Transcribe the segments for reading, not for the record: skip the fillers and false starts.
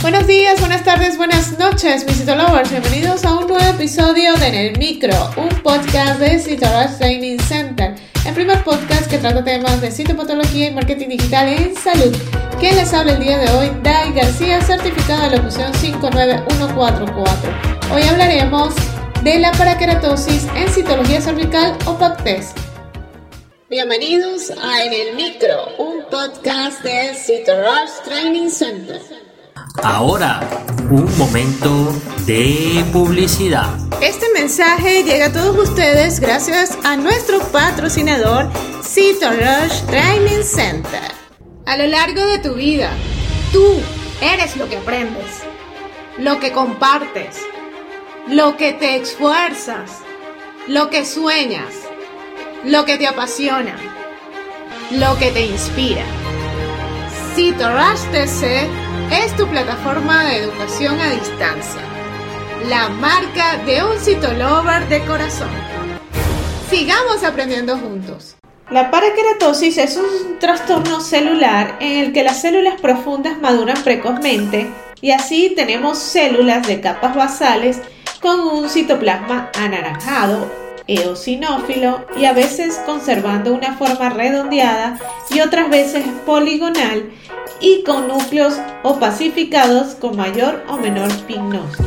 Buenos días, buenas tardes, buenas noches, mis Citolovers. Bienvenidos a un nuevo episodio de En el Micro, un podcast de Citorush Training Center, el primer podcast que trata temas de citopatología y marketing digital en salud. Quien les habla el día de hoy, Dai García, certificado de locución 59144. Hoy hablaremos de la paraqueratosis en citología cervical o PAC-TES. Bienvenidos a En el Micro, un podcast de Citorush Training Center. Ahora, un momento de publicidad. Este mensaje llega a todos ustedes gracias a nuestro patrocinador Citorush Training Center. A lo largo de tu vida, tú eres lo que aprendes, lo que compartes, lo que te esfuerzas, lo que sueñas, lo que te apasiona, lo que te inspira. Citorush TC es tu plataforma de educación a distancia, la marca de un citolover de corazón. Sigamos aprendiendo juntos. La paraqueratosis es un trastorno celular en el que las células profundas maduran precozmente y así tenemos células de capas basales con un citoplasma anaranjado, eosinófilo y a veces conservando una forma redondeada y otras veces poligonal y con núcleos opacificados con mayor o menor pignosis.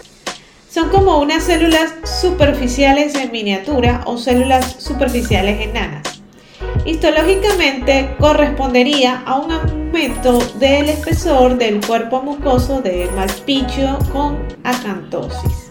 Son como unas células superficiales en miniatura o células superficiales enanas. Histológicamente correspondería a un aumento del espesor del cuerpo mucoso de Malpighi con acantosis.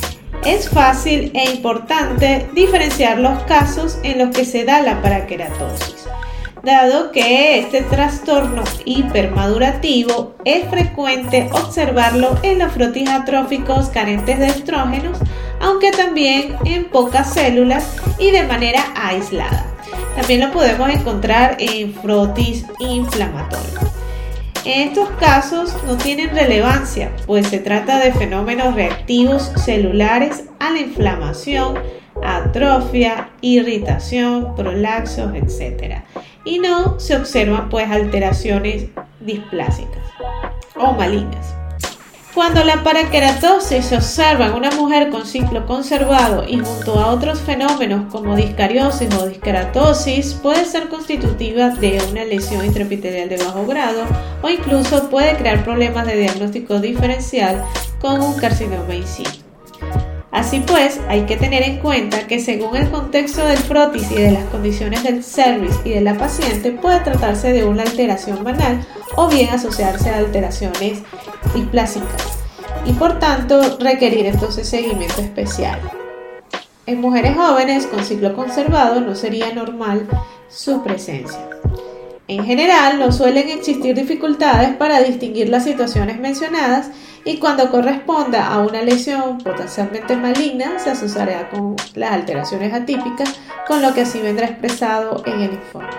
Es fácil e importante diferenciar los casos en los que se da la paraqueratosis, dado que este trastorno hipermadurativo es frecuente observarlo en los frotis atróficos carentes de estrógenos, aunque también en pocas células y de manera aislada. También lo podemos encontrar en frotis inflamatorios. En estos casos no tienen relevancia, pues se trata de fenómenos reactivos celulares a la inflamación, atrofia, irritación, prolaxos, etc. Y no se observan alteraciones displásicas o malignas. Cuando la paraqueratosis se observa en una mujer con ciclo conservado y junto a otros fenómenos como discariosis o diskeratosis, puede ser constitutiva de una lesión intraepitelial de bajo grado o incluso puede crear problemas de diagnóstico diferencial con un carcinoma in situ. Así pues, hay que tener en cuenta que según el contexto del frotis y de las condiciones del cervix y de la paciente, puede tratarse de una alteración banal o bien asociarse a alteraciones displásicas y por tanto requerir entonces seguimiento especial. En mujeres jóvenes con ciclo conservado no sería normal su presencia. En general, no suelen existir dificultades para distinguir las situaciones mencionadas y cuando corresponda a una lesión potencialmente maligna se asociará con las alteraciones atípicas, con lo que así vendrá expresado en el informe.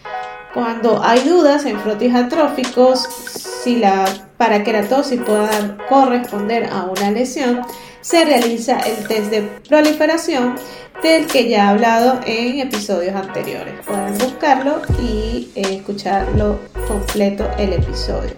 Cuando hay dudas en frotis atróficos si la paraqueratosis pueda corresponder a una lesión, se realiza el test de proliferación del que ya he hablado en episodios anteriores. Pueden buscarlo y escucharlo completo el episodio.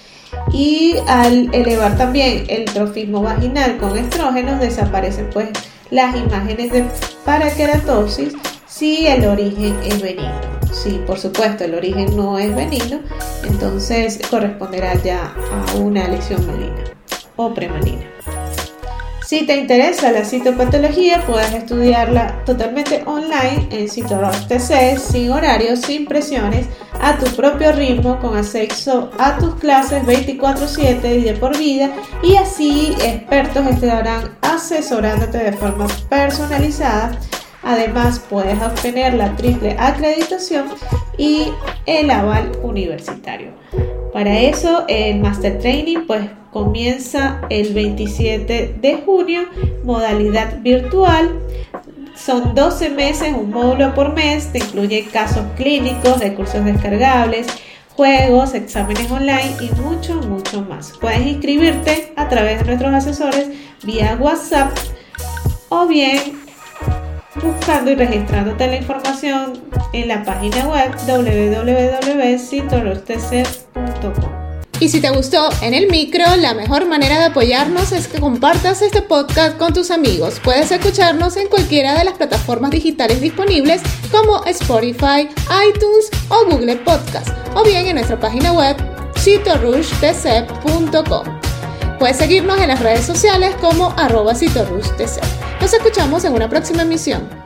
Y al elevar también el trofismo vaginal con estrógenos desaparecen las imágenes de paraqueratosis si el origen es benigno. Si por supuesto el origen no es benigno, entonces corresponderá ya a una lesión maligna o premaligna. Si te interesa la citopatología, puedes estudiarla totalmente online en Citorush TC, sin horarios, sin presiones, a tu propio ritmo, con acceso a tus clases 24/7 y de por vida, y así expertos estarán asesorándote de forma personalizada. Además, puedes obtener la triple acreditación y el aval universitario. Para eso, el Master Training comienza el 27 de junio, modalidad virtual. Son 12 meses, un módulo por mes, te incluye casos clínicos, recursos descargables, juegos, exámenes online y mucho, mucho más. Puedes inscribirte a través de nuestros asesores vía WhatsApp o bien buscando y registrándote la información en la página web www.citorush.com. Y si te gustó En el Micro, la mejor manera de apoyarnos es que compartas este podcast con tus amigos. Puedes escucharnos en cualquiera de las plataformas digitales disponibles como Spotify, iTunes o Google Podcast, o bien en nuestra página web citorushdc.com. Puedes seguirnos en las redes sociales como @citorushdc. Nos escuchamos en una próxima emisión.